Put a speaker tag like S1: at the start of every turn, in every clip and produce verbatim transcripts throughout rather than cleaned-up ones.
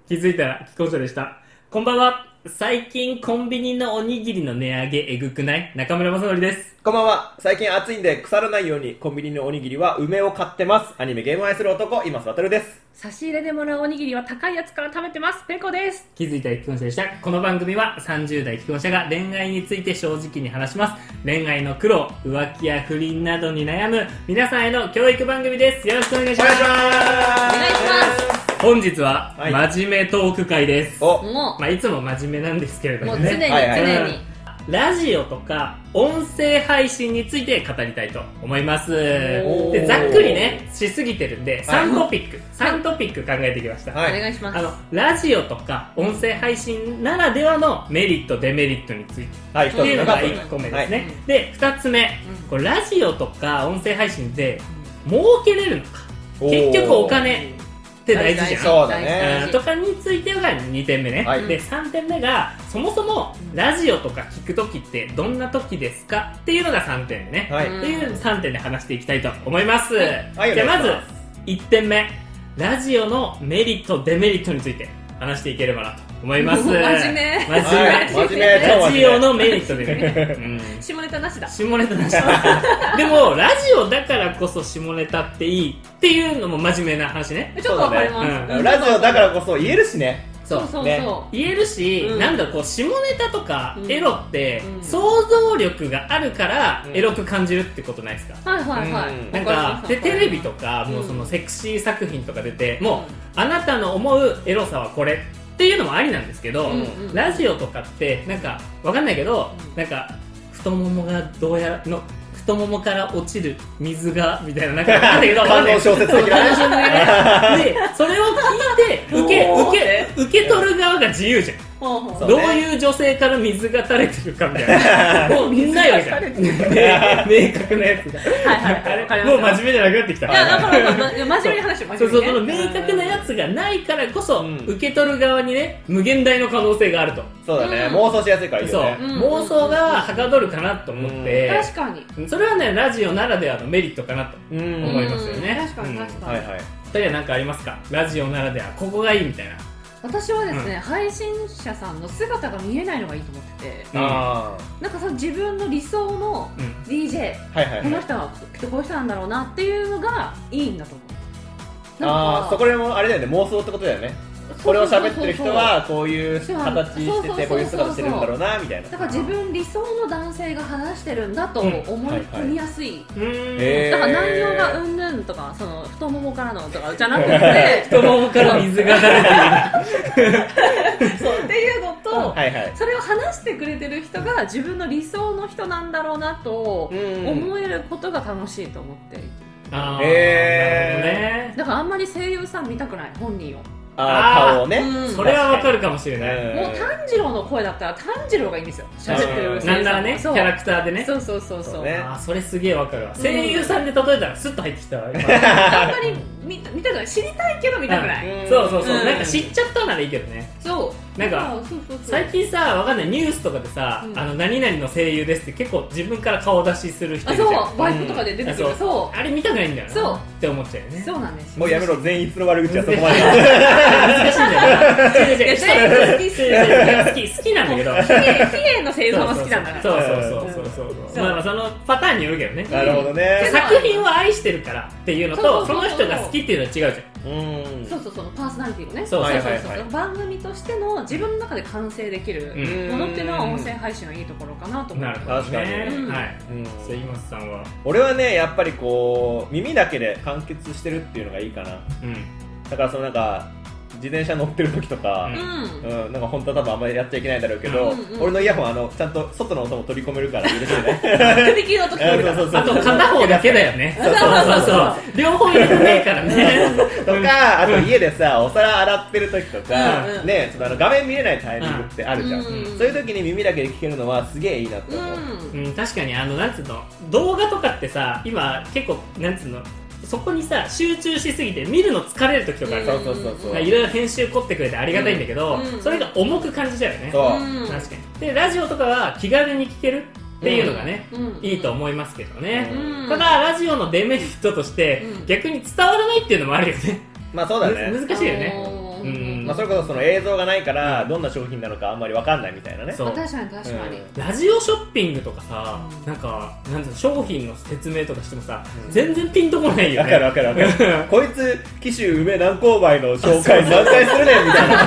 S1: 気づいたら既婚者でした。こんばんは。最近コンビニのおにぎりの値上げえぐくない？中村正則です。
S2: こんばんは。最近暑いんで腐らないようにコンビニのおにぎりは梅を買ってます。アニメゲームを愛する男、今すわたるです。
S3: 差し入れでもらうおにぎりは高いやつから食べてます。ペコです。
S1: 気づいたら既婚者でした。この番組はさんじゅう代既婚者が恋愛について正直に話します。恋愛の苦労、浮気や不倫などに悩む皆さんへの教育番組です。よろしくお願いします。
S2: お願いします。
S3: お願いします。
S1: 本日は
S2: はい
S1: 真面目トーク会です。
S2: お
S3: も
S1: まあいつも真面目なんですけれども
S3: うもう常に
S1: ね。
S2: はいはい
S3: 常に。
S1: ラジオとか音声配信について語りたいと思います。
S2: ー
S1: でざっくりねしすぎてるんでさんトピック、さんトピック考えてきました。
S2: はい
S3: お願いします。
S1: あのラジオとか音声配信ならではのメリットデメリットについて
S2: はい、
S1: っていうのがいっ
S2: つ
S1: こめですね、
S3: はい
S1: でふたつめ、
S3: うん
S1: これラジオとか音声配信で儲けれるのか、
S2: おー
S1: 結局お金って大事じゃん。
S2: そうだね
S1: うんとかについてがにてんめね、
S2: はい
S1: でさんてんめがそもそもラジオとか聞くときってどんなときですかっていうのがさんてんめね、
S2: はい。
S3: うん
S1: っていうさんてんで話していきたいと思います、
S2: はい
S1: じゃあまず
S2: お願いし
S1: いってんめ、ラジオのメリットデメリットについて話していければなと思います。
S3: 真面目
S1: 真面目、
S2: はい真面目超
S1: ラジ
S2: 真面目
S1: オのメリットデメリット、うん
S3: 下ネタなしだ。
S1: 下ネタなしでもラジオだからこそ下ネタっていいっていうのも真面目な話ね。
S3: ちょっとわかります。
S1: そうだね
S3: うん
S2: ラジオだからこそ言えるしね。
S3: そうそうそう。
S2: ね
S1: 言えるし、
S3: うん
S1: なんだこう下ネタとか
S3: うん
S1: エロって
S3: うん
S1: 想像力があるから
S2: うん
S1: エロく感じるってことないですか？
S3: はいはいはい。
S2: うん
S1: なん
S3: わります
S1: かでテレビと
S3: わ
S1: かもうその
S3: うん
S1: セクシー作品とか出て、もう
S3: うん
S1: あなたの思うエロさはこれっていうのもありなんですけど、
S3: うんうん
S1: ラジオとかってなんかわかんないけど、
S3: うん
S1: なんか太ももがどうやらの太ももから落ちる水がみたいななんかわかんないけどわかんない
S2: 感動小説的なね
S1: そう感動小説的なねでそれを聞いて受け
S3: おー
S1: 受け受け取る側が自由じゃん。
S3: ほうほう
S2: そう
S1: どういう女性から水が垂れてるかみたいなもうみんないわけじゃん
S3: 水
S1: 明確なやつが
S3: はいはいわかります
S1: もう真面目じゃなくなってきた。
S3: いやだからま真面目に話して真
S1: そうそう、そ
S3: 面目にね。
S1: の明確なやつがないからこそ、
S2: うん
S1: 受け取る側にね無限大の可能性があると、
S2: そうだね。
S3: うん
S2: 妄想しやすいからいい
S1: そう、
S2: よね。
S3: うん
S1: 妄想がはかどるかなと思って、
S3: 確かに。
S1: それはねラジオならではのメリットかなと
S2: うん。
S1: 思いますよね。
S3: うん確かに確かに。
S2: はいはい。
S1: ふたりは何かありますか？ラジオならではここがいいみたいな。
S3: 私はですね、配信者さんの姿が見えないのがいいと思ってて、
S2: あ
S3: なんかその自分の理想の
S1: うん
S3: ディージェー、
S2: あ。はいはいはい。
S3: この人はきっとこういう人なんだろうなっていうのがいいんだと思う。
S2: ああ、そこでもあれだよね。妄想ってことだよね。これを喋ってる人はこういう形しててこういう姿してるんだろうなみたいな。
S3: だから自分理想の男性が話してるんだと思い込みやすい、
S1: うーん、
S2: へー
S3: だから内容がうんぬんとかその太ももからのとかじゃなくて
S1: 太ももから水が垂れている
S3: そうっていうのと、
S2: はいはい。
S3: それを話してくれてる人が自分の理想の人なんだろうなと
S2: うん
S3: 思えることが楽しいと思っていて、
S1: あー、
S2: へー
S1: なるほどね。
S3: だからあんまり声優さん見たくない本人を、
S2: ああ、顔をね。
S3: うん
S1: それはわかるかもしれない、
S2: うん
S3: もう炭治郎の声だったら炭治郎がいいんですよ、喋ってる声優さん
S1: なんならねキ
S3: そう
S1: ャラクターでね。
S3: そうそうそうそう
S2: そうね
S1: あーそれすげえわかるわ。声優さんで例えたらスッと入ってきたわ今
S3: あんまり見見たくない、知りたいけど見たくない、
S2: うん
S1: そうそうそう、
S3: うん
S1: なんか知っちゃったならいいけどね。
S3: そう
S1: なんか
S3: だらそうそうそう
S1: 最近さ、わかんないニュースとかでさ、
S3: うん
S1: あの何々の声優ですって結構自分から顔出しする人
S3: あ
S1: いるじゃん。
S3: そうバイクとかで出てくる、
S1: うん
S3: そ
S1: あれ見たくないんだよな
S3: そう
S1: って思っちゃうよね。
S3: うそうなんです
S2: もうやめろ、全員の悪口はそこまで。
S1: 難しいんだよな。違う違う違う
S3: いや全部好きっす
S1: 違う違う違う好き好きなんだけど。
S3: ヒエヒエの声優さんは好きなんだから
S1: そうそうそうそうそうそう
S3: そう
S1: まあまあそのパターンによるけどね。
S2: なるほどね。
S1: 作品を愛してるからっていうのと
S3: そうそうそうそう
S1: その人が好きっていうのは違うじゃん。
S2: うん。
S3: そうそうそうパーソナリティのね
S1: そう
S2: はい
S3: そう
S2: はいはい
S3: そう番組としての自分の中で完成できる
S1: うん
S3: ものっていうのは音声配信のいいところかなと思う。
S1: なるほど
S2: 確かに
S1: ね。
S3: うん
S1: はい。
S2: うん
S1: 関本さんは。
S2: 俺はね、やっぱりこう、耳だけで完結してるっていうのがいいかな。
S1: うん。
S2: だからそのなんか、自転車乗ってる時とか、
S3: うん
S2: うん、なんか本当は多分あんまりやっちゃいけないんだろうけど、
S3: うんうん
S2: 俺のイヤホンあのちゃんと外の音も取り込めるから許してね。
S3: 首切りの時取るから
S2: そうそう
S1: あと片方だけだよね。
S3: そうそうそう
S1: そう。両方入れてないからね。
S2: とか、あと家でさ、お皿洗ってる時とか、
S3: うんうん
S2: ね、ちょっとあの画面見れないタイミングってあるじゃん。
S3: うん
S2: そういう時に耳だけで聞けるのはすげえいいなって
S3: う
S2: 思う。
S3: ん
S1: うん、確かにあのなんつうの動画とかってさ今結構なんつうのそこにさ集中しすぎて見るの疲れる時とかあるじゃん。
S2: そうそうそうそう。
S1: いろいろ編集凝ってくれてありがたいんだけど、
S3: うん
S1: それが重く感じちゃうよね。
S2: そう。
S3: うん
S1: 確かに。でラジオとかは気軽に聞けるっていうのがね、
S3: うん
S1: いいと思いますけどね、
S3: うん
S1: ただラジオのデメリットとして、
S3: うん
S1: 逆に伝わらないっていうのもあるよね。
S2: まあそうだね。
S1: む難しいよね。
S3: あのー
S1: うん
S2: まあ、それこそその映像がないからどんな商品なのかあんまり分かんないみたいなね。
S1: そう
S3: 確かに確かに、
S2: うん
S1: ラジオショッピングとかさ、
S3: うん
S1: なんかなんていうの商品の説明とかしてもさ、
S2: うん
S1: 全然ピンとこないよね。
S2: 分かる分かる分かるこいつ紀州梅南高梅の紹介何回するねんみたいな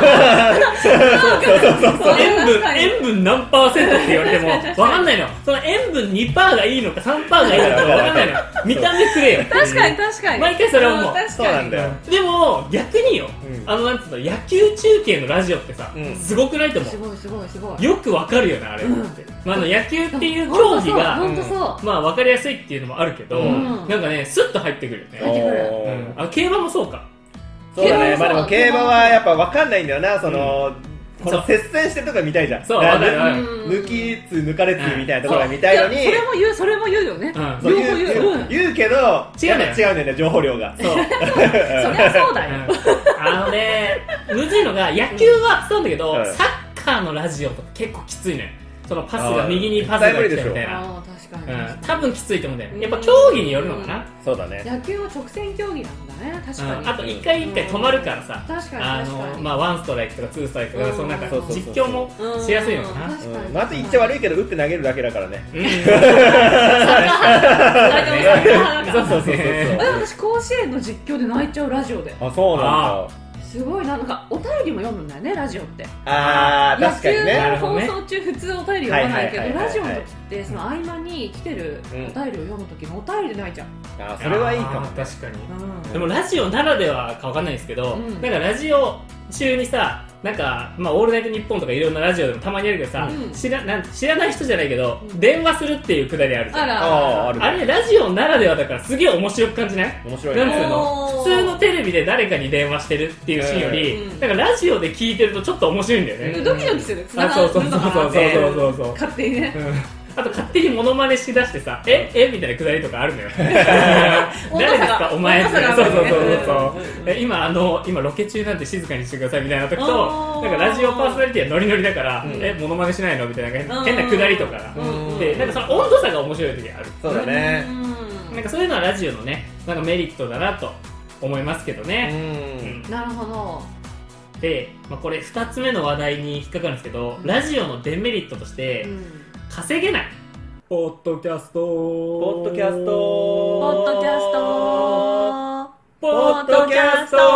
S1: 塩分
S3: 確かに
S1: 塩分何パーセントって言われても分かんないの。その塩分 にパーセント がいいのか さんパーセント がいいのか分かんないの。見た目くれよ。
S3: 確かに確かに
S1: 毎回それ思う。
S3: ん確
S2: そうな
S3: かに
S2: んだよ。
S1: でも逆によ、
S2: うん
S1: あのなんつうの野球中継のラジオってさ、
S2: うん
S1: すごくないと思
S3: すごいすごいすごい、
S1: う。よくわかるよねあれって、
S3: うん
S1: まあ、あの野球っていう競技が
S3: 本当そう、
S1: まあ分かりやすいっていうのもあるけど、
S2: うん
S1: なんかねスッと入ってくるよね、
S3: 入ってくる
S2: おー
S1: うん、あ競馬もそうか。
S2: そうだね。
S3: 競馬もそう
S2: まあでも競馬はやっぱ分かんないんだよな。その、こ
S1: そう
S2: の接戦してるとこが見たいじゃん。
S1: そう
S2: だ
S1: わかるわかる
S3: うん
S2: 抜きつ抜かれつみたいなところが見たいのに、
S3: いやそれも言うそれも言うよね、
S1: うん
S2: そう
S3: 両方言う
S2: 言う
S3: うん
S2: 言うけど
S1: 違うのよ
S2: やっぱ違うんだよね、情報量が。
S1: そう
S3: そりゃそうだよ、
S1: うんあのねむずいのが野球はそうなんだけど、
S2: うん
S1: サッカーのラジオとか結構きついのよ。そのパスが右にパスが来てみたいな、
S3: ああ確かに、
S1: うん、多分きついと思うんだよね。やっぱ
S3: うん
S1: 競技によるのかな、
S2: そうだね。
S3: 野球は直線競技なんだね確かに、
S1: うん、あと一回一回止まるからさ、
S3: 確かに
S1: あ
S3: 確かに
S1: のまあワンストライクとかツーストライクとか、
S3: うん
S1: そのなんか
S2: そうそうそう
S1: 実況もしやすいのかな。
S3: うん確かに
S2: うんまず言っちゃ悪いけど打って投げるだけだからね。
S1: うん
S3: そう
S2: そうそうそうそう
S3: 私甲子園の実況で泣いちゃうラジオで
S2: あ、そうなんだ。
S3: すごいな、なんかお便りも読むんだよねラジオって。
S2: あー、確かに
S1: な
S2: ね。
S1: るほどね
S3: 野球の放送中普通お便り読まないけど、
S2: はいはいはいはいはい
S3: ラジオの時ってその合間に来てるお便りを読む時のお便りで泣いちゃう、
S2: あー、それはいいかも
S1: あー。確かに。
S3: うん
S1: でもラジオならではかわかんないですけど、
S3: うん
S1: なんかラジオ中にさ、なんか、まあ、オールナイトニッポンとかいろんなラジオでもたまにあるけどさ、
S3: うん
S1: 知らなん知らない人じゃないけど、
S3: うん
S1: 電話するっていうくだりあるじゃん。
S3: あら
S2: あーある
S1: あれラジオならではだからすげえ面白く感じない？
S2: 面白い
S1: なんつう
S2: ね。
S1: の
S3: おー
S1: 普通のテレビで誰かに電話してるっていうシーンより、
S3: うん
S1: なんかラジオで聞いてるとちょっと面白いんだよね。
S3: ドキドキする、つな
S1: あ、
S3: が
S1: そうそう
S3: る
S1: そうそうそう
S3: のかなって
S1: そうそう。
S3: 勝手にね、
S1: うんあと勝手にモノマネしだしてさ、ええみたいなくだりとかあるのよ。誰ですかお前って。
S3: 温度差が
S1: そうそうそうそう
S3: うんうん
S1: そう
S3: うん。
S1: え今あの今ロケ中なんで静かにしてくださいみたいな時と、
S3: あー
S1: なんかラジオパーソナリティはノリノリだから、
S2: うん
S1: えモノマネしないのみたいな
S3: うん
S1: 変なくだりとかが。
S3: うん
S1: でなんかその温度差が面白い時がある。
S2: そうだね。
S3: うん
S1: なんかそういうのはラジオのね、なんかメリットだなと思いますけど
S2: う
S1: ね。
S2: ん。
S3: なるほど、
S1: で、まあ、これふたつめの話題に引っかかるんですけど、ラジオのデメリットとして、
S3: うん
S1: 稼げない。ポッドキャスト
S2: ポッドキャスト
S3: ポッドキャスト
S1: ポッドキャスト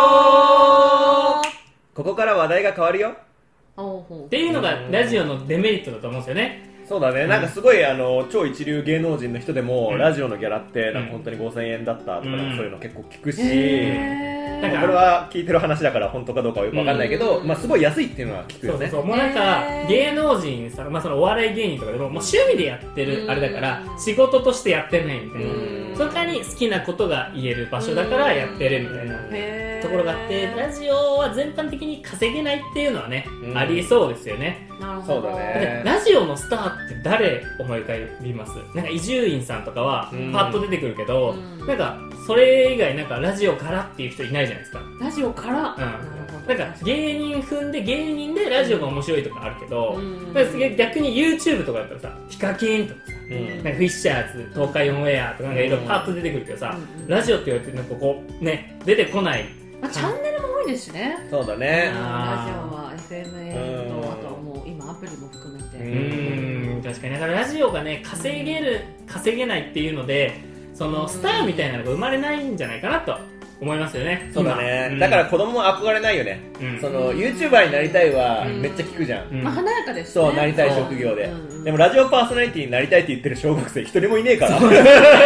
S2: ここから話題が変わるよ。
S3: おうほう
S1: っていうのがラジオのデメリットだと思うんですよね。
S2: そうだね、なんかすごいあの超一流芸能人の人でも、
S1: うん
S2: ラジオのギャラってなんか
S1: うん
S2: 本当にごせんえんだったとか、
S1: うん
S2: なんかそういうの結構聞くし、
S3: へー
S1: なんか
S2: これは聞いてる話だから本当かどうかはよくわかんないけど、
S3: うん
S2: まあすごい安いっていうのは聞くよね。
S1: そうそうそう。もうなんか
S3: へー
S1: 芸能人さ、まあそのお笑い芸人とかでももう趣味でやってるあれだから
S3: うん
S1: 仕事としてやってないみたいな。
S2: うん
S1: その代わり好きなことが言える場所だからやってるみたいな
S3: へー
S1: ところがあって、ラジオは全般的に稼げないっていうのはね、
S2: うん
S1: ありそうですよね。
S3: なるほど
S2: そうだね
S1: だってラジオのスターって誰思い浮かびます？なんか伊集院さんとかは
S2: うん
S1: パッと出てくるけど、
S3: うん
S1: なんかそれ以外なんかラジオからっていう人いないじゃないですか。
S3: ラジオから、
S1: うん
S3: なるほど
S1: なんか芸人踏んで芸人でラジオが面白いとかあるけど、
S3: うん
S1: だから逆に YouTube とかだったらさ、ヒカキンとかさ、
S2: うん
S1: なんかフィッシャーズ、東海オンエアとかなんかいろいろパッと出てくるけどさ、
S3: うん
S1: ラジオって言われてなんかこうね出てこない。
S3: まあ、チャンネルも多いですしね、
S2: そうだ
S3: うん
S2: ね。
S3: ラジオは エフエムエー と
S2: うん
S3: あとはもう今アプリも含めて、
S1: うーん確かにだからラジオがね稼げる稼げないっていうので、そのスターみたいなのが生まれないんじゃないかなと思いますよね。
S2: そうだね、
S1: 今
S2: だから子供も憧れないよね、
S1: うん
S2: その YouTuber になりたいは
S3: うん
S2: めっちゃ聞くじゃん、
S1: うん
S3: まあ、華やかですね、
S2: そうなりたい職業で、
S3: うんうん
S2: でもラジオパーソナリティになりたいって言ってる小学生一人もいねえから
S1: それ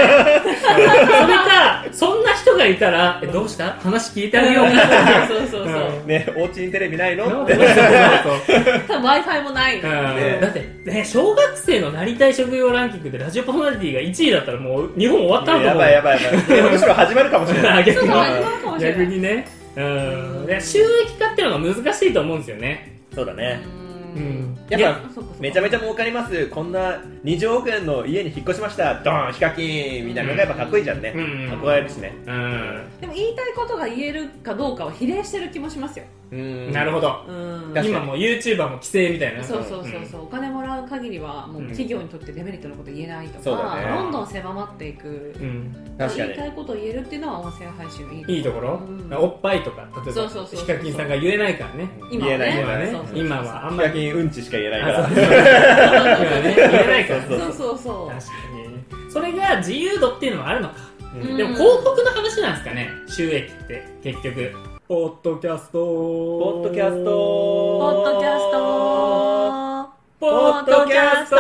S1: かそんな人がいたらえどうした話聞いてあげようか
S3: そうそうそうそう、
S1: うん
S2: ね、お家にテレビないの
S1: そう
S2: って
S3: 多分 Wi-Fi もない、
S1: うん
S2: ね
S1: だって、ね、小学生のなりたい職業ランキングでラジオパーソナリティがいちいだったらもう日本終わったんだと思う。
S2: やばいやばいやばい、むしろ始まるかもしれない
S1: 逆に
S3: そうそう始まるかもしれない
S1: 逆にね、うん、で収益化っていうのが難しいと思うんですよね。
S2: そうだね、
S3: う
S1: うんん、
S2: やっ
S1: いや
S2: ぱ
S3: そっかそっか
S2: めちゃめちゃ儲かります、こんなにじゅうおくえんの家に引っ越しましたドーンヒカキンみたいなのがやっぱかっこいいじゃんね、
S1: うん
S2: 憧れるしね。
S1: うん
S3: でも言いたいことが言えるかどうかは比例してる気もしますよ。
S2: うん、
S1: なるほど、
S3: うん、
S1: 今もう YouTuber も規制みたいな。
S3: そうそうそうそう、うん、お金もらう限りはもう企業にとってデメリットのこと言えないとか、
S2: うんね、
S3: どんどん狭まっていく、うん、
S2: 確かに
S3: 言いたいことを言えるっていうのは音声配信のいいところ。
S1: いいところ、うん、おっぱいとか例えばヒカキンさんが言えないからね。
S3: 今はね、
S2: 言えない
S1: 今はね、今はあんまり
S2: ヒカキンうんちしか言えないから
S1: 今ね言えないから
S3: そうそうそう、
S1: 確かにそれが自由度っていうのもあるのか、うん、でも広告の話なんですかね、収益って結局。ポッドキャスト
S2: ポッドキャスト
S3: ポッドキャスト
S1: ポッドキャスト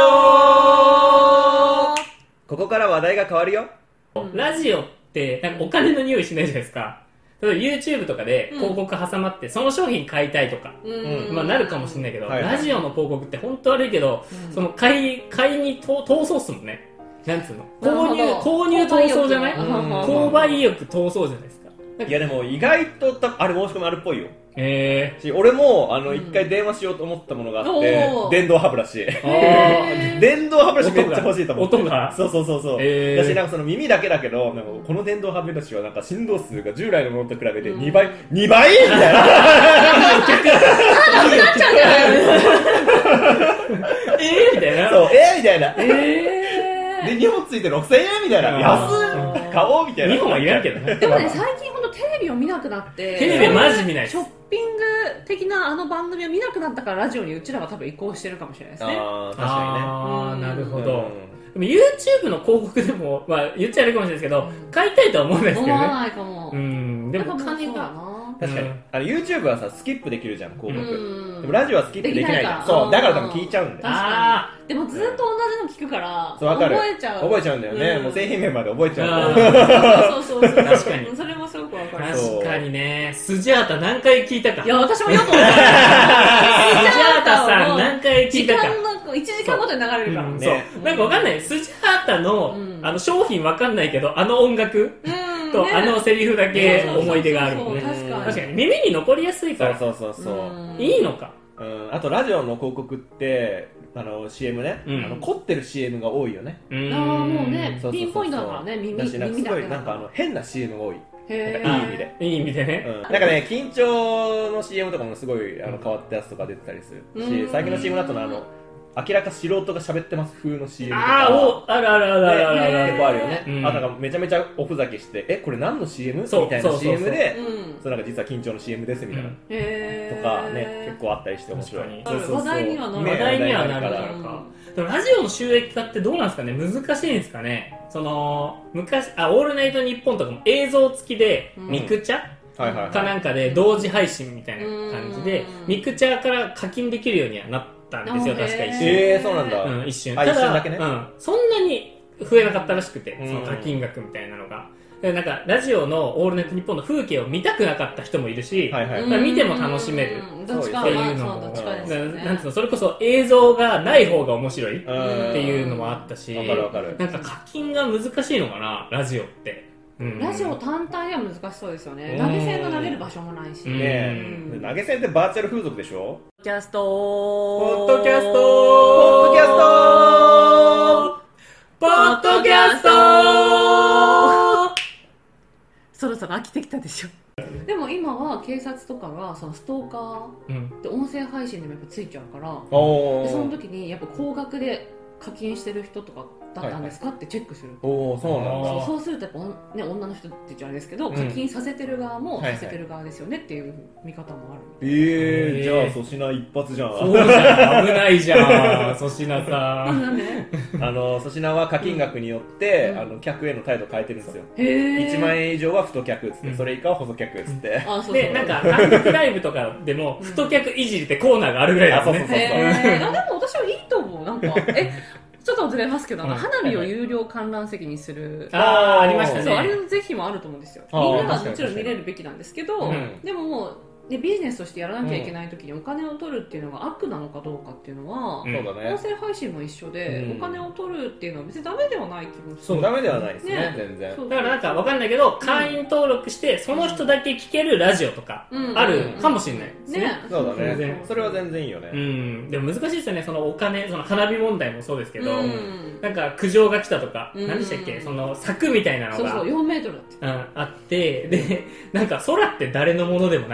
S2: ここから話題が変わるよ。
S1: ラジオってなんかお金の匂いしないじゃないですか。例えば YouTube とかで広告挟まって、うん、その商品買いたいとか、うん、まあなるかもしれないけど、はいはい、ラジオの広告って本当悪いけど、うん、その買い買いに闘争っすもんね。なんつうの、購入購入闘争じゃない？購買意欲闘争じゃないですか。
S2: いやでも意外とたあれ申し込みあるっぽいよ。
S1: へえ。
S2: 俺もあの一、うん、回電話しようと思ったものがあって、電動歯ブラシ。電動歯ブラシめっちゃ欲しいと思って。
S1: 音が。
S2: そうそうそうそう。私なんかその耳だけだけど、なんかこの電動歯ブラシはなんか振動数が従来のものと比べてにばい、うん、にばいみたいな。
S1: えーみたいな。
S2: そうえーみたいな。
S1: えー。
S2: でにほんついてろくせんえんみたいな。安っ買おうみたいな。
S1: にほんはいらんけどね。
S3: でもね、最近ほんとテレビを見なくなって、
S1: テレビはマジ見ないです。
S3: ショッピング的なあの番組を見なくなったからラジオにうちらが多分移行してるかもしれないですね。
S2: ああ、確かにね。
S1: ああ、なるほど。でも YouTube の広告でも、まあ言っちゃあれかもしれないですけど、買いたいとは思うんですけどね。
S3: 思わないかも。
S1: うん。でも
S3: お金が。
S2: 確かに、うん、あの YouTube はさスキップできるじゃん広告、
S3: うん、
S2: でもラジオはスキップできないじゃん。そうだから多分聞いちゃうんだよ。
S3: あでもずっと同じの聞くから、
S2: そう覚
S3: えちゃう
S2: 覚えちゃうんだよね、うん、もう製品名まで覚えちゃ
S3: う。そうそうそうそう
S1: 確かに
S3: それもすごくわかる。
S1: 確かにね。スジャータ何回聞いたか。
S3: いや私もよく思う。スジャ
S1: ータさん何回聞いたか。
S3: いちじかんごとに流れるから。
S1: そう、うんね、なんかわかんない。スジャータの、うん、あの商品わかんないけどあの音楽、うんと、ね、あのセリフだけ思い出があるもんね。確かに耳に残りやすいから。
S2: そうそうそうそう。
S1: いいのか。
S2: うん、あとラジオの広告ってあの シーエム ね、うん、あの凝ってる シーエム が多いよね。
S3: ああもうねピンポイントだからね。耳
S2: だしなんかすごいなんかあの変な シーエム が多い。へなんかいい意味で
S1: いい意味でね、
S2: うん、なんかね緊張の シーエム とかもすごいあの変わったやつとか出てたりするし、最近の シーエム だとのあの明らか素人が喋ってます風の シーエム とか
S1: あおあるあるあるあるある
S2: 結構あるよね、うん、あなんかめちゃめちゃおふざけしてえこれ何の シーエム? みたいな シーエム でそうなんか実は緊張の シーエム ですみたいな、うん、とかね結構あったりして面白い。
S3: そうそうそう話題にはなる、
S1: ね、話題にはなるからか、うん、でもラジオの収益化ってどうなんですかね。難しいんですかね。その昔あオールナイトニッポンとかも映像付きでミクチャ、うんはいはいはい、かなんかで同時配信みたいな感じでミクチャから課金できるようにはなったんですよ確か一瞬。
S2: えー、そうなんだ、
S1: うん、一瞬
S2: ただ一瞬だけね、
S1: うん、そんなに増えなかったらしくてその課金額みたいなのがでなんかラジオのオールナイトニッポンの風景を見たくなかった人もいるし、はいはい、見ても楽しめるっていうのもなんつうのそれこそ映像がない方が面白いっていうのもあったし、
S2: わかるわかる。
S1: なんか課金が難しいのかなラジオって。うん、
S3: ラジオ単体では難しそうですよね。投げ銭が投げる場所もないし、
S2: ねうん、投げ銭ってバーチャル風俗でしょ。
S3: ポッドキャスト
S1: ポッドキャスト
S2: ポッドキャスト
S1: ポッドキャスト
S3: そろそろ飽きてきたでしょ。でも今は警察とかがそのストーカーで音声配信でもやっぱついちゃうから、うん、でその時にやっぱ高額で課金してる人とかだったんですか、はいはい、ってチェックする。
S2: おお、そうなんだ。
S3: そうするとやっぱ、ね、女の人って言っちゃあれですけど、うん、課金させてる側もさせてる側ですよねっていう見方もある。
S2: えー、じゃあ粗品一発じゃん。
S1: そうじゃん危ないじゃん粗品さん。
S3: なんで
S2: あの粗品は課金額によって、うん、あの客への態度を変えてるんですよ。
S3: へー。
S2: いちまんえん以上は太客っつって、うん、それ以下は細客っつって、
S3: うん、あそうそう
S1: でなんか単独ライブとかでも太客いじりってコーナーがあるぐらいだもんね。
S2: そうそうそうそう。
S3: へー。でも私はいいと思う。なんかえちょっとずれますけど、うん、花火を有料観覧席にする、
S1: ああありましたね。
S3: そうあれの是非もあると思うんですよ。みんながもちろん見れるべきなんですけど、うん、でももうでビジネスとしてやらなきゃいけないときにお金を取るっていうのが悪なのかどうかっていうのは、うん、音声配信も一緒で、うん、お金を取るっていうのは別にダメではない気もする。
S2: そうダメではないですね、ね全然。
S1: だからなんかわかんないけど、会員登録してその人だけ聞けるラジオとかあるかもしれないですね。
S3: ね
S2: そうだね。それは全然いいよね。
S1: うん。でも難しいですよね。そのお金、その花火問題もそうですけど、うん、なんか苦情が来たとか、うん、何でしたっけ、その柵みたいなのが、
S3: そうそうよんメートルだって、
S1: うん、あって、でなんか空って誰のものでもないじゃんみたいな。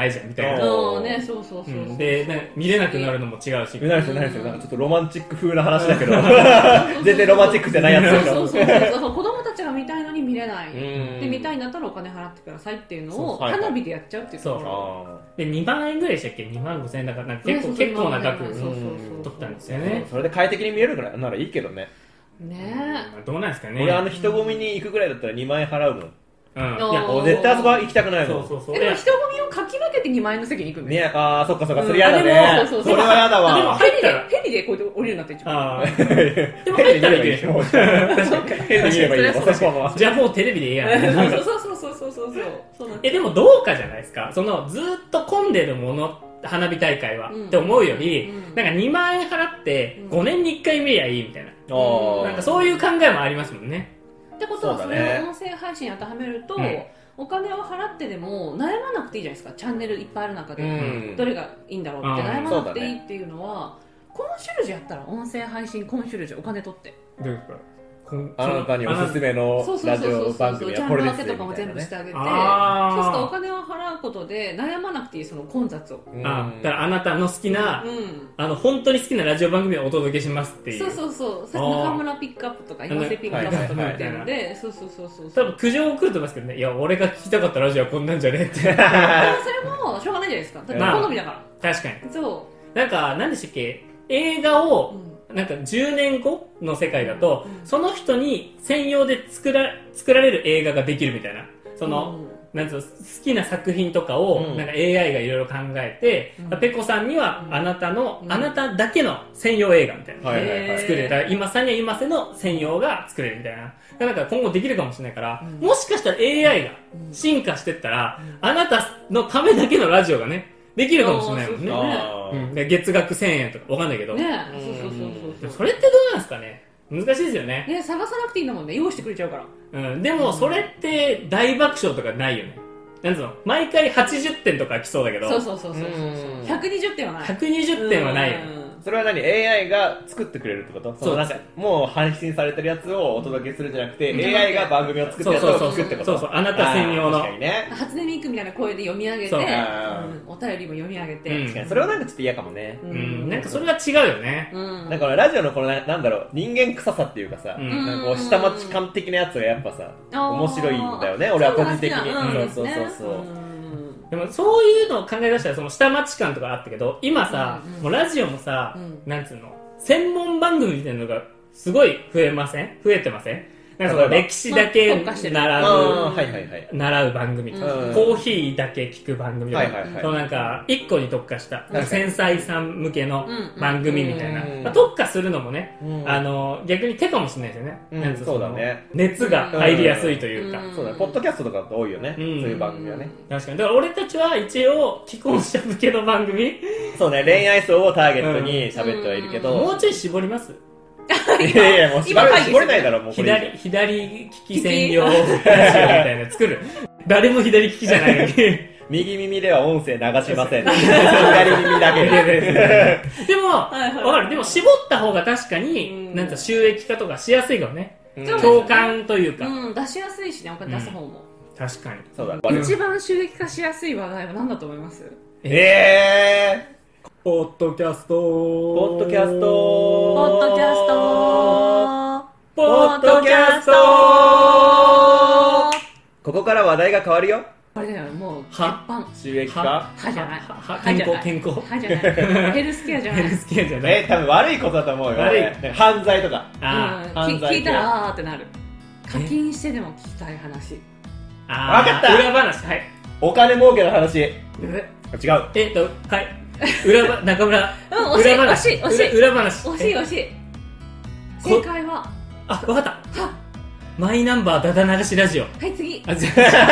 S1: たいな。
S3: ね、そうそうそう。
S1: で、なんか見れなくなるのも違うし。
S2: 見ないですよ、ないですよ。なんかちょっとロマンチック風な話だけど、全然ロマンチックじゃないやつでしょ。
S3: そうそうそうそう。子供たちが見たいのに見れない。で、見たいんだったらお金払ってくださいっていうのを、花火でやっちゃうっていうところ。
S1: で、にまんえんぐらいでしたっけ ?にまんごせんえんだから、結構、結構な額取ったんですよね。
S2: それで快適に見えるぐらいならいいけどね。
S3: ね
S1: え。どうなんですかね。
S2: 俺あの人混みに行くぐらいだったらにまんえん払うもん。うん、いや絶対あそこは行きたくないもん。
S3: そうそうそう。でも人混みをかき分けてにまんえんの席に行くんですよ。
S2: ね、ああ、そっかそっか、それ嫌だね。そうそうそう。それは嫌だわ。
S3: でもヘリでヘリでこうやって降りるんだって一番。
S1: でも入ったらいいでしょ。
S2: ヘリで見ればいいよ。
S1: じゃあもうテレビでいいやん。
S3: そうそうそうそうそうそう
S1: そう。えでもどうかじゃないですか。そのずっと混んでるもの花火大会はって思うより、なんかにまんえん払ってごねんにいっかい見りゃいいみたいな。なんかそういう考えもありますもんね。
S3: ってことはそれを音声配信に当てはめると。お金を払ってでも悩まなくていいじゃないですか。チャンネルいっぱいある中で、うん、どれがいいんだろうって悩まなくていいっていうのは、コンシェルジュやったら音声配信コンシェルジュお金取って
S1: どういうこと
S2: あなたにおすすめのラジオ番組はこれですよみたいなね。ジャンル分けとかも全部してあげて、そうするとお金を払うことで悩まなくていいその混雑を。
S1: あだからあなたの好きな、うん、あの本当に好きなラジオ番組をお届けしますっていう。
S3: そうそうそう。中村ピックアップとか今瀬ピックアップとかっていうので、そうそうそうそう。
S1: 多分苦情来ると思いますけどね。いや俺が聞きたかったラジオはこんなんじゃねえって。でもそ
S3: れもしょうがないじゃないですか。だって好みだから。
S1: 確かに。
S3: そう。
S1: なんか何でしたっけ映画を、うんなんかじゅうねんごの世界だと、うん、その人に専用で作ら作られる映画ができるみたいなその、うん、なんつうの好きな作品とかを、うん、なんか エーアイ がいろいろ考えて、うん、ペコさんにはあなたの、うん、あなただけの専用映画みたいな、うん、作れるだから今さんには今せの専用が作れるみたいなだから今後できるかもしれないから、うん、もしかしたら エーアイ が進化してったら、うん、あなたのためだけのラジオがねできるかもしれないもんね。うん、で月額せんえんとかわかんないけど。
S3: ね、そうそうそうそう。
S1: それってどうなんですかね。難しいですよね。
S3: ね、探さなくていいんだもんね。用意してくれちゃうから。
S1: うん、でもそれって大爆笑とかないよね。なんつうの毎回はちじゅってんとか来そうだけど。
S3: そうそうそうそう。ひゃくにじゅってんはない。
S1: ひゃくにじゅってんはないよね。
S2: それは何 エーアイ が作ってくれるってこと？そうなんかもう配信されてるやつをお届けするんじゃなくて、うん、エーアイ が番組を作ってやつを聞くってこと？
S1: そうそうあなた専用の。
S3: ね、初音ミクみたいな声で読み上げて、うん、お便りも読み上げて、
S2: うん、確かにそれはなんかちょっと嫌かもね。
S1: うん、なんかそれは違うよね。
S2: うん、なんかラジオのこのなんだろう人間臭さっていうかさ、うん、なんかこう下町感的なやつがやっぱさ面白いんだよね。俺は個人的に。うん、そうそうそうそう。
S1: でもそういうのを考え出したらその下町感とかあったけど今さ、うんうん、もうラジオもさ、うん、なんつうの専門番組みたいなのがすごい増えません増えてませんなんかその歴史だけ習う、
S2: はいはいはい、
S1: 習う番組とか、うん、コーヒーだけ聞く番組とか、はいはいはい、そのなんか一個に特化した、うん、繊細さん向けの番組みたいな、うんまあ、特化するのもね、うん、あの逆に手かもしれないですよね、
S2: うん、なんそうだね
S1: 熱が入りやすいというか、
S2: うん、そうだねポッドキャストとかだと多いよね、うん、そういう番組はね
S1: 確かにだから俺たちは一応既婚者向けの番組
S2: そうね恋愛層をターゲットに喋ってはいるけど、
S1: うん、もうちょい絞ります
S2: いやいやもう絞れないだろもう
S1: 左左利き専用ラジオみたいな作る誰も左利きじゃないのに
S2: 右耳では音声流しません左耳だけで
S1: でも、はいはい、分かるでも絞った方が確かに、うん、なんか収益化とかしやすいかもね、うん、共感というか、
S3: うん、出しやすいしねお金出す方も、
S1: うん、確かに
S2: そうだ、
S3: うん、一番収益化しやすい話題は何だと思います
S2: えー
S1: ポッドキャスト
S2: ポッドキャスト
S3: ポッドキャスト
S1: ポッドキャスト
S2: ここから話題が変わるよ
S3: あれだよもう鉄板
S2: 収益化
S3: 歯じゃない
S1: 健康健康
S3: 歯じゃないヘルスケアじゃない
S1: ヘルスケアじゃない
S2: え多分悪いことだと思うよ
S1: 悪い
S2: 犯罪とか
S3: あ犯罪聞いたらあーってなる課金してでも聞きたい話
S2: あ分かった
S1: 裏話はい
S2: お金儲けの話
S1: え
S2: 違う
S1: えっとはい裏ば中村、
S3: うん、惜しい
S1: 裏話
S3: 惜しい惜しい
S1: 裏話
S3: 惜しい惜しい正解は
S1: あ分かったマイナンバーダダ流しラジオ
S3: はい次
S1: あ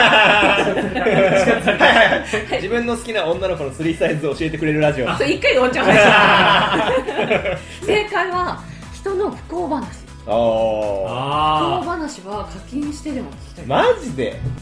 S2: 自分の好きな女の子のスリーサイズを教えてくれるラジオ
S3: あそれ一回で終わっちゃう正解は人の不幸話
S2: あ
S3: 不幸話は課金してでも聞きたい
S2: マジで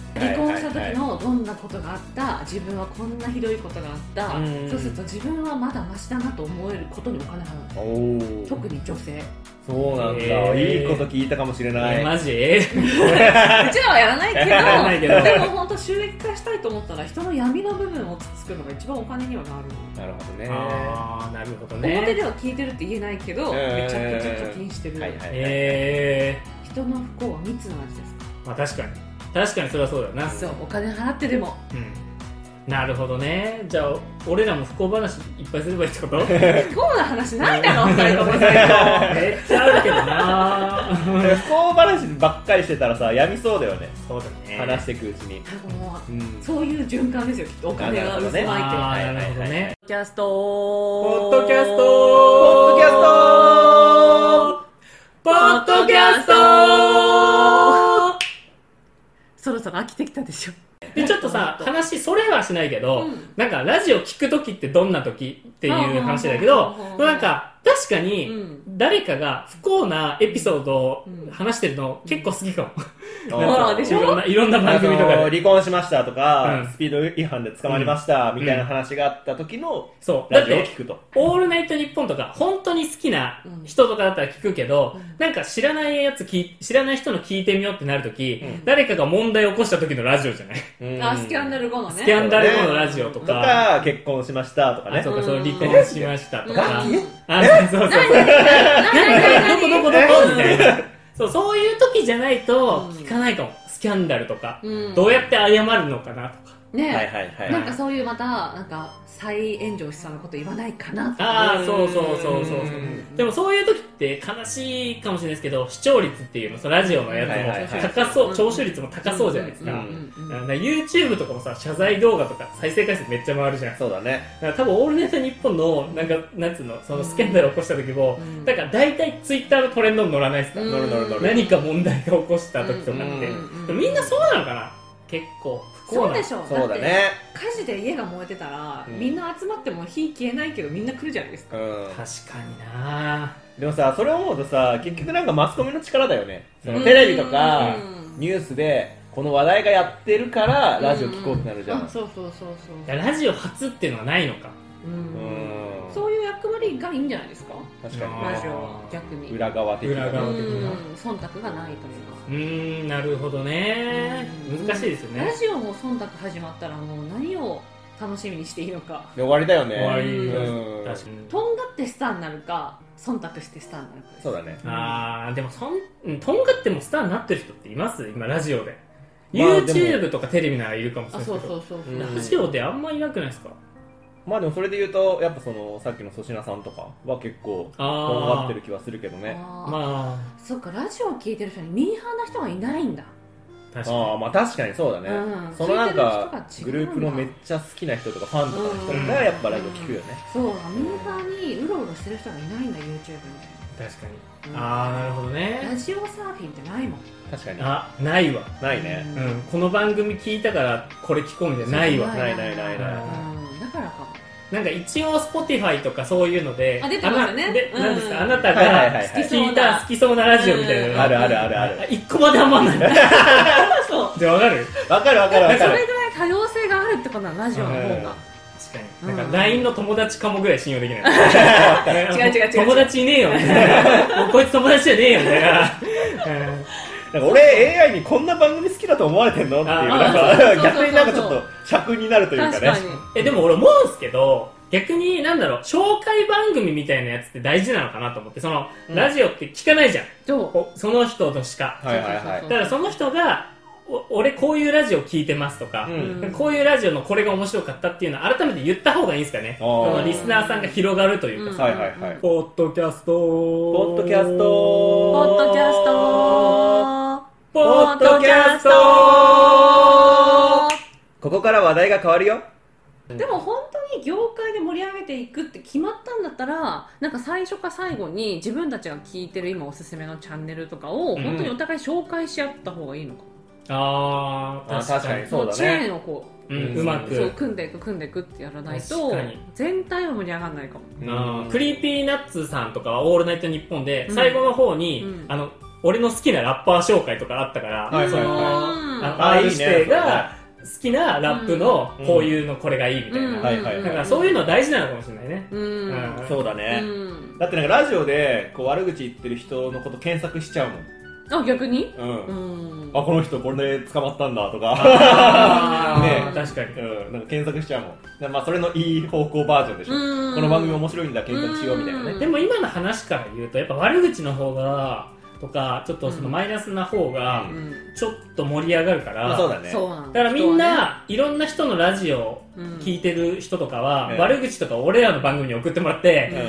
S3: 離婚した時のどんなことがあった、自分はこんなひどいことがあった、そうすると自分はまだマシだなと思えることにお金払う。特に女性。
S2: そうなんだ、えー、いいこと聞いたかもしれない。
S1: マジ
S3: うちらはやらないけどらないけどでも本当収益化したいと思ったら人の闇の部分をつつくのが一番お金にはなる。
S2: なるほどね。
S1: ああ、なるほどね。
S3: 表では聞いてるって言えないけど、めちゃくちゃ貯金してる。
S1: え
S3: ー、人の不幸は蜜の味ですか。
S1: まあ確かに確かにそれはそうだよな。
S3: そう、お金払ってでも、
S1: うん、なるほどね。じゃあ俺らも不幸話いっぱいすればいいってこと？不
S3: 幸な話ないだろふたりとも。めっ
S1: ちゃあるけどな。
S2: 不幸話ばっかりしてたらさ、病みそうだよね。
S1: そうだね。
S2: 話していくうちに、
S3: うん、そういう循環ですよきっと。お金が渦巻いて。
S1: なるほどね。
S3: ポッドキャスト
S1: ポッドキャスト
S2: ポッドキャスト
S3: ポッドキャストそろそろ飽きてきたでしょ。
S1: でちょっとさ、話それはしないけど、うん、なんかラジオ聞くときってどんなときっていう話だけど、なんか確かに誰かが不幸なエピソードを話してるの結構好きかも。
S3: うん、でしょ？
S1: いろんな、いろんな番組とかで。
S2: 離婚しましたとか、うん、スピード違反で捕まりました、うん、みたいな話があった時のラジオを聞くと。
S1: オールナイトニッポンとか本当に好きな人とかだったら聞くけど、うん、なんか知らないやつ聞、知らない人の聞いてみようってなるとき、うん、誰かが問題を起こした時のラジオじゃない、
S3: うん、あ、スキャンダル後のね。
S1: スキャンダル後のラジオとか。と
S2: か、結婚しましたとかね。
S1: そうか、そう、離婚しましたとか。
S2: うん、
S1: あ、そうそうそう。どこどこどこみたいな。そう、そういう時じゃないと聞かないかも。スキャンダルとか、うん、どうやって謝るのかなとか。
S3: ね、はいはいはい、なんかそういうまたなんか再炎上しそうなこと言わないかな。
S1: ああ、そうそうそうそう。でもそういう時って悲しいかもしれないですけど、視聴率っていうの、そのラジオのやつも高そう、聴取率も高そうじゃないですか。YouTube とかもさ、謝罪動画とか再生回数めっちゃ回るじゃん。
S2: そうだね。
S1: だから多分オールナイトニッポンのなんかなんつうの、そのスキャンダルを起こした時も、だから大体 Twitter のトレンドに乗らないですか。
S2: 乗る乗る乗る。
S1: 何か問題が起こした時とかって、みんなそうなのかな。結構
S3: そうでしょう。
S2: そうだね。
S3: 火事で家が燃えてたら、うん、みんな集まっても火消えないけどみんな来るじゃないですか、うん、
S1: 確かにな。
S2: でもさ、それを思うとさ、結局なんかマスコミの力だよね。そのテレビとかニュースでこの話題がやってるからラジオ聞こうってなるじゃん、うんうん、
S3: そうそうそうそう。
S1: ラジオ初っていうのはないのか、
S3: うん、うん、そういう役割がいいんじゃないですか。
S2: 確かに
S3: ラジオは逆に
S2: 裏側的な、
S1: 裏側的な、
S3: うん、忖度がないというか。
S1: うーん、なるほどね。難しいですよね。
S3: ラジオも忖度始まったらもう何を楽しみにしていいのか。
S2: で終わりだよね。
S1: 終わり、
S2: うん、
S1: 確かに。
S3: とんがってスターになるか忖度してスターになるか。
S2: そうだね。
S1: あー、でもそんとんがってもスターになってる人っています今ラジオで、まあ、YouTube とかテレビならいるかもしれないですけど、
S3: そうそうそうそう、
S1: ラジオであんまいなくないですか。
S2: まあでもそれで言うとやっぱそのさっきの粗品さんとかは結構とんがってる気はするけどね。
S3: あ、まあそっか、ラジオを聞いてる人にミーハーな人がいないんだ。
S2: 確かに。あ、まあ確かにそうだね、うん、そのなんかグループのめっちゃ好きな人とかファンとかの人がやっぱラジオ聞くよね、
S3: うんうん、そう、ミーハーにうろうろしてる人がいないんだ YouTube みたいな。
S1: 確かに、うん、ああ、なるほどね。
S3: ラジオサーフィンってないもん。
S2: 確かに。
S1: あ、ないわ。
S2: ないね、
S1: うん、この番組聞いたからこれ聞こうみたいなないわ。
S2: ないないないない、うん、
S3: だからかも。
S1: なんか一応 Spotify とかそういうので、
S3: あ、出てますよね。
S1: で、なんですか、あなたが聞いた好きそうなラジオみたいなのが
S2: あるあるあるある。
S1: 一個まで余んない。そう。で、わかる？
S2: わかるわかるわかる。
S3: それぐらい多様性があるってことなの、ラジオの方が。
S1: 確かに。なんか ライン の友達かもぐらい信用できない。
S3: 違う違う違う。
S1: 友達いねえよみたいな。もうこいつ友達じゃねえよみたいな。
S2: なんか俺 エーアイ にこんな番組好きだと思われてんのっていう、なんか逆になんかちょっと尺になるというかね。
S1: え、でも俺思うんすけど、逆になんだろう、紹介番組みたいなやつって大事なのかなと思って、その、うん、ラジオって聞かないじゃん。その人としか。
S2: はいはいはい。
S1: だからその人が、俺こういうラジオ聞いてますとか、うん、こういうラジオのこれが面白かったっていうのを改めて言った方がいいんですかね。このリスナーさんが広がるというかさ、
S2: はいはいはい。
S1: ポッドキャスト
S2: ポッドキャスト
S3: ポッドキャスト
S2: ポッドキャストここから話題が変わるよ。
S3: でも本当に業界で盛り上げていくって決まったんだったら、なんか最初か最後に自分たちが聞いてる今おすすめのチャンネルとかを本当にお互い紹介し合った方がいいのか。
S1: あー、確かに
S2: そうだね。
S3: チェーンをこう、
S1: うん、うまく
S3: そう組んでいく組んでいくってやらないと全体は盛り上がらないか
S1: も。うん、クリーピーナッツさんとかはオールナイトニッポンで最後の方に、うん、あの俺の好きなラッパー紹介とかあったから、
S3: はいはいはい、
S1: R 指定が好きなラップのこういうのこれがいいみたいな、だからそういうの大事なのかもしれないね。
S2: そうだね。だってなんかラジオでこう悪口言ってる人のこと検索しちゃうもん。
S3: あ、逆に？
S2: うん。あ、この人これで捕まったんだとか。
S1: ね、確かに。
S2: うん、なんか検索しちゃうもん。まあそれのいい方向バージョンでしょ。この番組面白いんだ、検索しようみたいなね。
S1: でも今の話から言うとやっぱ悪口の方がとかちょっとそのマイナスな方がちょっと盛り上がるから、
S2: そうだね。
S1: だからみんないろんな人のラジオ聞いてる人とかは悪口とか俺らの番組に送ってもらって、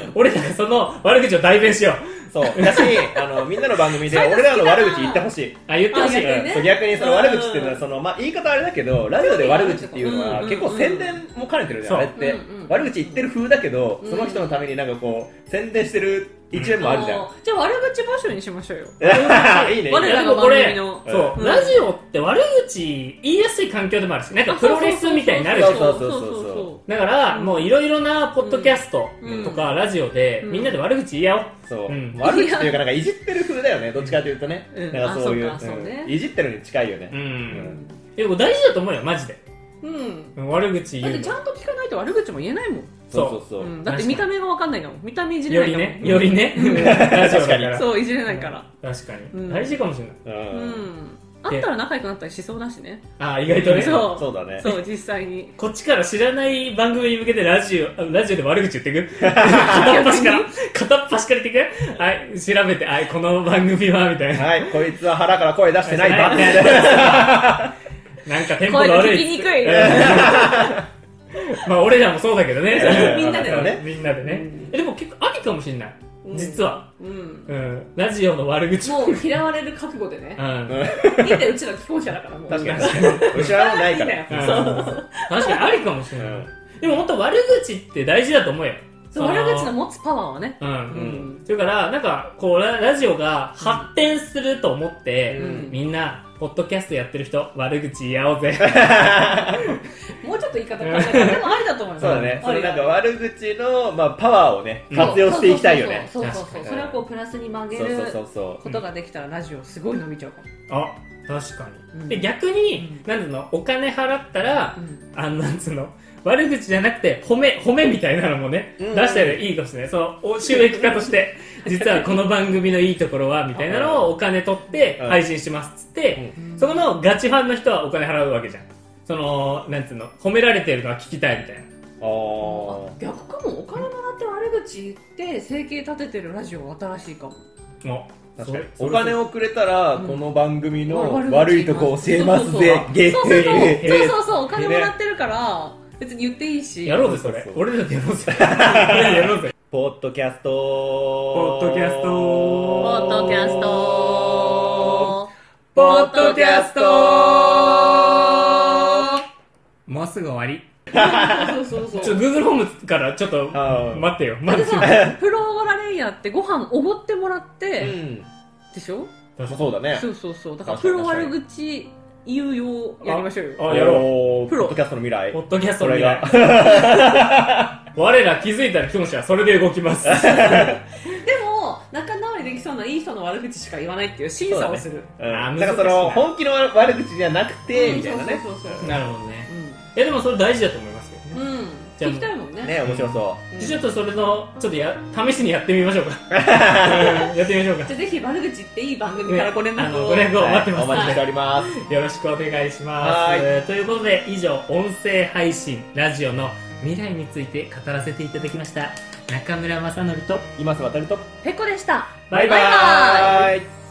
S1: 俺らがその悪口を代弁しよう。
S2: そうだし、あのみんなの番組で俺らの悪口言ってほしい。
S1: あ、言ってほしい。
S2: そう、逆にその悪口っていうのはその、まあ、言い方あれだけどラジオで悪口っていうのは結構宣伝も兼ねてるじゃん、あれって悪口言ってる風だけどその人のためになんかこう宣伝してる一面もあるじゃん。
S3: じゃあ悪口募集にしましょうよ。
S2: いいね。
S3: 我らの番組の
S1: そう、ラジオって悪口言いやすい環境でもあるし、なんかプロレスみたいになるし、だからもういろいろなポッドキャストとかラジオでみんなで悪口言い合おう。
S2: そう、悪口っていうかなんかいじってる風だよね、どっちかというとね。なんかそういういじってるに近いよね。
S1: でも大事だと思うよ、マジで。悪口言う。
S3: だってちゃんと聞かないと悪口も言えないもん。
S2: そうそうそう。
S3: だって見た目が分かんないの。見た目いじれないから。
S1: よりね、よりね。ラジオだから。
S3: そう、いじれないから。
S1: 確かに。大事かもしれない。
S3: あったら仲良くなったりしそうだしね。
S1: あ、意外とね。
S2: そうだね。
S3: そう、実際に。
S1: こっちから知らない番組に向けてラジオ、ラジオで悪口言っていく片っ端から、片っ端から言っていくはい、調べて、はい、この番組は、みたいな。
S2: はい、こいつは腹から声出してないばって。
S1: なんかテンポが悪い。
S3: 声聞きにくい。
S1: まあ俺らもそうだけどね。
S3: みんなで
S1: ね。みんなでね。でも結構ありかもしれない。実は。ラジオの悪口
S3: もう嫌われる覚悟でね。見てうちら既婚者だからもう。
S2: 確かに。うちらもないから。
S1: 確かにありかもしれない。でも本当悪口って大事だと思うよ。
S3: 悪口の持つパワーはね。
S1: うん。それからなんかこうラジオが発展すると思ってみんなポッドキャストやってる人悪口言い合おうぜ。
S3: もうちょっと言い方考えたらでもありだと思います。
S2: そうだね。そのなんか悪口のまあパワーをね活用していきたいよね。
S3: そうそうそう。それをこうプラスに曲げることができたらラジオすごい伸びちゃうか
S1: も。あ、確かに。で逆になんつうのお金払ったらあのなんつうの。悪口じゃなくて褒め褒めみたいなのもね、うん、出したらいいかもしれない。その収益化として実はこの番組のいいところはみたいなのをお金取って配信しますっつって、うん、そこのガチファンの人はお金払うわけじゃん。そのなんつうの褒められてるのは聞きたいみたいな。
S3: あ逆かも。お金もらって悪口言って生計立ててるラジオは新しいかも。
S2: 確かにお金をくれたら、うん、この番組の悪いとこ教えますぜ。
S3: そうそうそうそうお金もらってるから。別に言っていいし
S1: やろうぜそれ。俺らでやろうぜ。やろうぜ。
S2: ポッドキャスト
S1: ポッドキャスト
S3: ポッドキャスト
S1: ポッドキャストもうすぐ終わり。
S3: そうそうそうそう。
S1: ちょっと Google ホームからちょっと待ってよ。待ってよ。
S3: プロラレイヤーってご飯おごってもらって、うん、でしょ。
S2: そうだね。
S3: そうそうそう。だからプロ悪口言うようやりましょうよ。
S2: あ、やろう。プロポッドキャストの未来。
S1: ポッドキャストの未来。我ら気づいたら気持ちはそれで動きます。で
S3: も仲直りできそうないい人の悪口しか言わないっていう審査をする。
S2: なんかその本気の悪口じゃなくてみたいなね。
S1: なるほどね。いやでもそれ大事だと思いますけどね。
S3: 聞きたいもんね。
S2: ね、面白そう。
S1: ちょっとそれのちょっとや試しにやってみましょうか。やってみましょうか。
S3: じゃあぜひ悪口っていい番組からご連絡を。
S1: ご連絡を待ってます。
S2: お待ちしております。
S1: よろしくお願いします。ということで以上音声配信ラジオの未来について語らせていただきました。中村正則と
S2: 今瀬渡ると
S3: ペコでした。
S1: バイバイ。